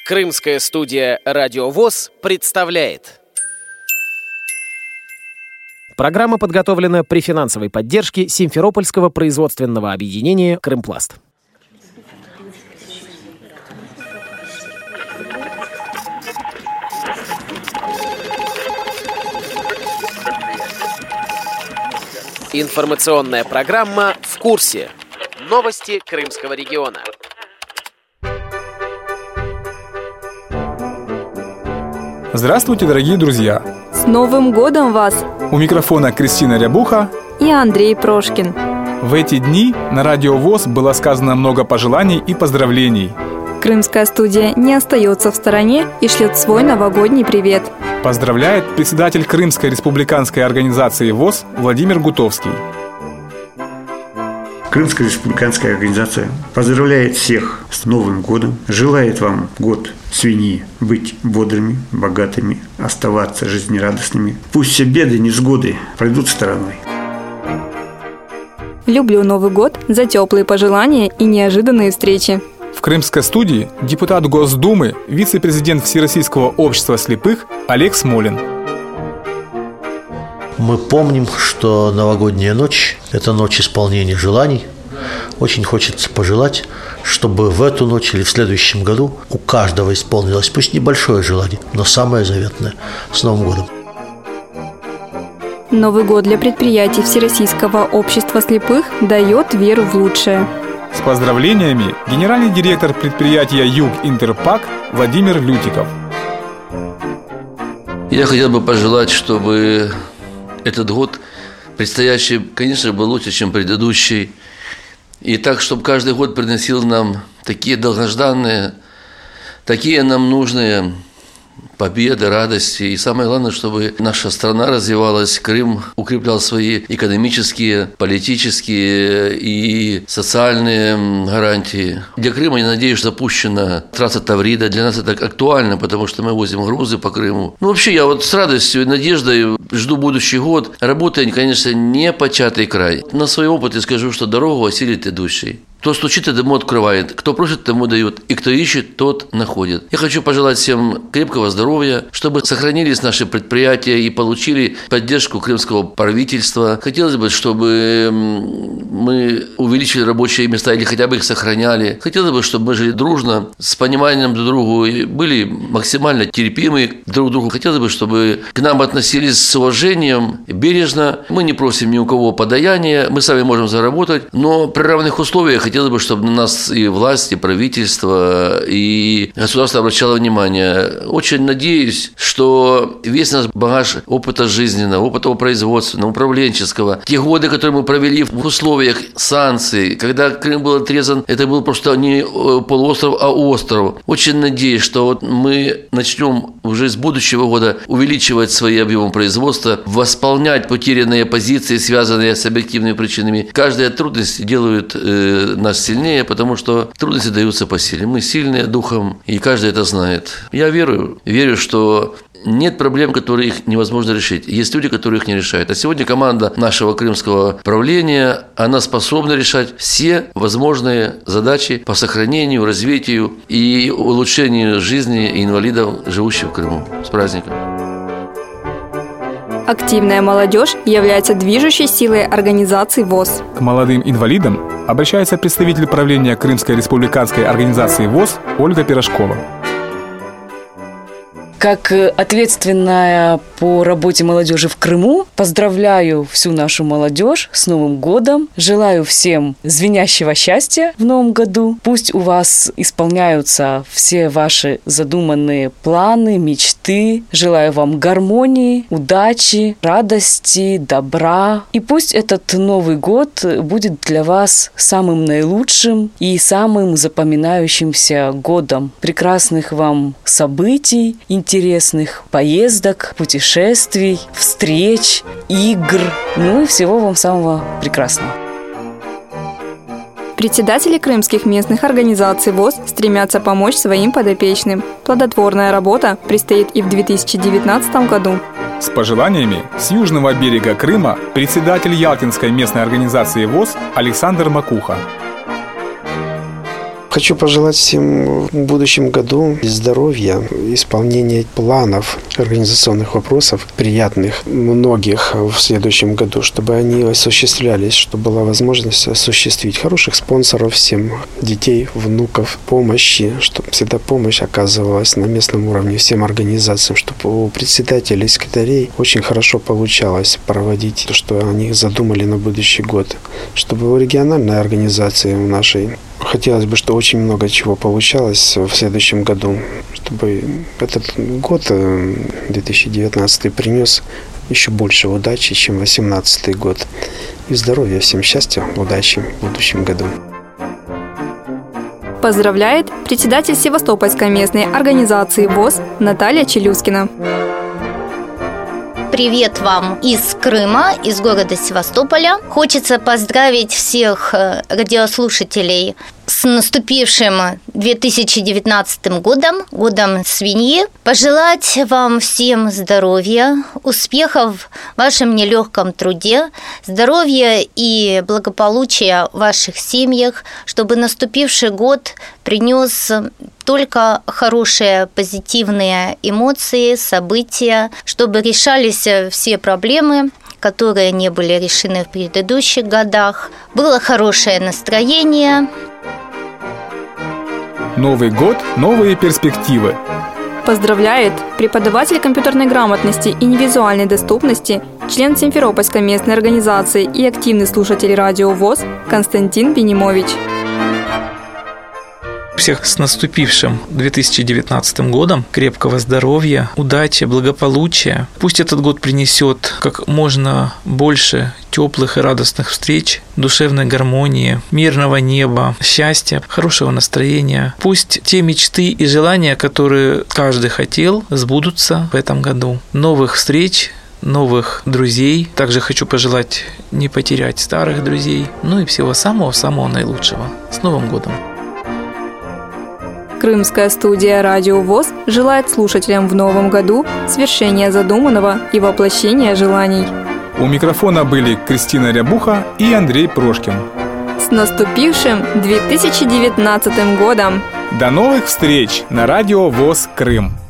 Крымская студия «Радио ВОС» представляет. Программа подготовлена при финансовой поддержке Симферопольского производственного объединения «Крымпласт». Информационная программа «В курсе». Новости Крымского региона. Здравствуйте, дорогие друзья! С Новым годом вас! У микрофона Кристина Рябуха и Андрей Прошкин. В эти дни на Радио ВОС было сказано много пожеланий и поздравлений. Крымская студия не остается в стороне и шлет свой новогодний привет. Поздравляет председатель Крымской республиканской организации ВОС Владимир Гутовский. Крымская республиканская организация поздравляет всех с Новым годом, желает вам год свиньи быть бодрыми, богатыми, оставаться жизнерадостными. Пусть все беды, невзгоды пройдут стороной. Люблю Новый год за теплые пожелания и неожиданные встречи. В Крымской студии депутат Госдумы, вице-президент Всероссийского общества слепых Олег Смолин. Мы помним, что новогодняя ночь – это ночь исполнения желаний. Очень хочется пожелать, чтобы в эту ночь или в следующем году у каждого исполнилось, пусть небольшое желание, но самое заветное. С Новым годом! Новый год для предприятий Всероссийского общества слепых дает веру в лучшее. С поздравлениями генеральный директор предприятия «Юг Интерпак» Владимир Лютиков. Я хотел бы пожелать, чтобы этот год предстоящий, конечно, был лучше, чем предыдущий. И так, чтобы каждый год приносил нам такие долгожданные, такие нам нужные победы, радости. И самое главное, чтобы наша страна развивалась, Крым укреплял свои экономические, политические и социальные гарантии. Для Крыма, я надеюсь, запущена трасса Таврида. Для нас это актуально, потому что мы возим грузы по Крыму. Вообще, я с радостью и надеждой жду будущий год. Работая, конечно, не початый край. На своем опыте скажу, что дорогу осилит идущий. Кто стучит, тому открывает, кто просит, тому дают, и кто ищет, тот находит. Я хочу пожелать всем крепкого здоровья, чтобы сохранились наши предприятия и получили поддержку крымского правительства. Хотелось бы, чтобы мы увеличили рабочие места или хотя бы их сохраняли. Хотелось бы, чтобы мы жили дружно, с пониманием друг другу, и были максимально терпимы друг к другу. Хотелось бы, чтобы к нам относились с уважением, бережно. Мы не просим ни у кого подаяния, мы сами можем заработать, но при равных условиях хотелось бы, чтобы на нас и власть, и правительство, и государство обращало внимание. Очень надеюсь, что весь наш багаж опыта жизненного, опыта производственного, управленческого, те годы, которые мы провели в условиях санкций, когда Крым был отрезан, это был просто не полуостров, а остров. Очень надеюсь, что мы начнем уже с будущего года увеличивать свои объемы производства, восполнять потерянные позиции, связанные с объективными причинами. Каждая трудность делает нас сильнее, потому что трудности даются по силе. Мы сильные духом, и каждый это знает. Я верю, что нет проблем, которые их невозможно решить. Есть люди, которые их не решают. А сегодня команда нашего крымского правления, она способна решать все возможные задачи по сохранению, развитию и улучшению жизни инвалидов, живущих в Крыму. С праздником! Активная молодежь является движущей силой организации ВОС. К молодым инвалидам обращается представитель правления Крымской республиканской организации ВОС Ольга Пирожкова. Как ответственная по работе молодежи в Крыму, поздравляю всю нашу молодежь с Новым годом. Желаю всем звенящего счастья в Новом году. Пусть у вас исполняются все ваши задуманные планы, мечты. Желаю вам гармонии, удачи, радости, добра. И пусть этот Новый год будет для вас самым наилучшим и самым запоминающимся годом. Прекрасных вам событий, интересных поездок, путешествий, встреч, игр. Ну и всего вам самого прекрасного. Председатели крымских местных организаций ВОС стремятся помочь своим подопечным. Плодотворная работа предстоит и в 2019 году. С пожеланиями с южного берега Крыма председатель Ялтинской местной организации ВОС Александр Макуха. Хочу пожелать всем в будущем году здоровья, исполнения планов, организационных вопросов, приятных многих в следующем году, чтобы они осуществлялись, чтобы была возможность осуществить хороших спонсоров всем, детей, внуков, помощи, чтобы всегда помощь оказывалась на местном уровне всем организациям, чтобы у председателей, секретарей очень хорошо получалось проводить то, что они задумали на будущий год, чтобы у региональной организации нашей хотелось бы, чтобы очень много чего получалось в следующем году, чтобы этот год, 2019, принес еще больше удачи, чем 2018 год. И здоровья, всем счастья, удачи в будущем году. Поздравляет председатель Севастопольской местной организации ВОС Наталья Челюскина. Привет вам из Крыма, из города Севастополя. Хочется поздравить всех радиослушателей с наступившим 2019 годом, годом свиньи. Пожелать вам всем здоровья, успехов в вашем нелегком труде, здоровья и благополучия в ваших семьях, чтобы наступивший год принес только хорошие позитивные эмоции, события, чтобы решались все проблемы, которые не были решены в предыдущих годах. Было хорошее настроение. Новый год, новые перспективы. Поздравляет преподаватель компьютерной грамотности и невизуальной доступности, член Симферопольской местной организации и активный слушатель радио ВОС Константин Бенимович. Всех с наступившим 2019 годом, крепкого здоровья, удачи, благополучия. Пусть этот год принесет как можно больше теплых и радостных встреч, душевной гармонии, мирного неба, счастья, хорошего настроения. Пусть те мечты и желания, которые каждый хотел, сбудутся в этом году. Новых встреч, новых друзей. Также хочу пожелать не потерять старых друзей. Ну и всего самого-самого наилучшего. С Новым годом! Крымская студия «Радио ВОС» желает слушателям в новом году свершения задуманного и воплощения желаний. У микрофона были Кристина Рябуха и Андрей Прошкин. С наступившим 2019 годом! До новых встреч на радио ВОС Крым!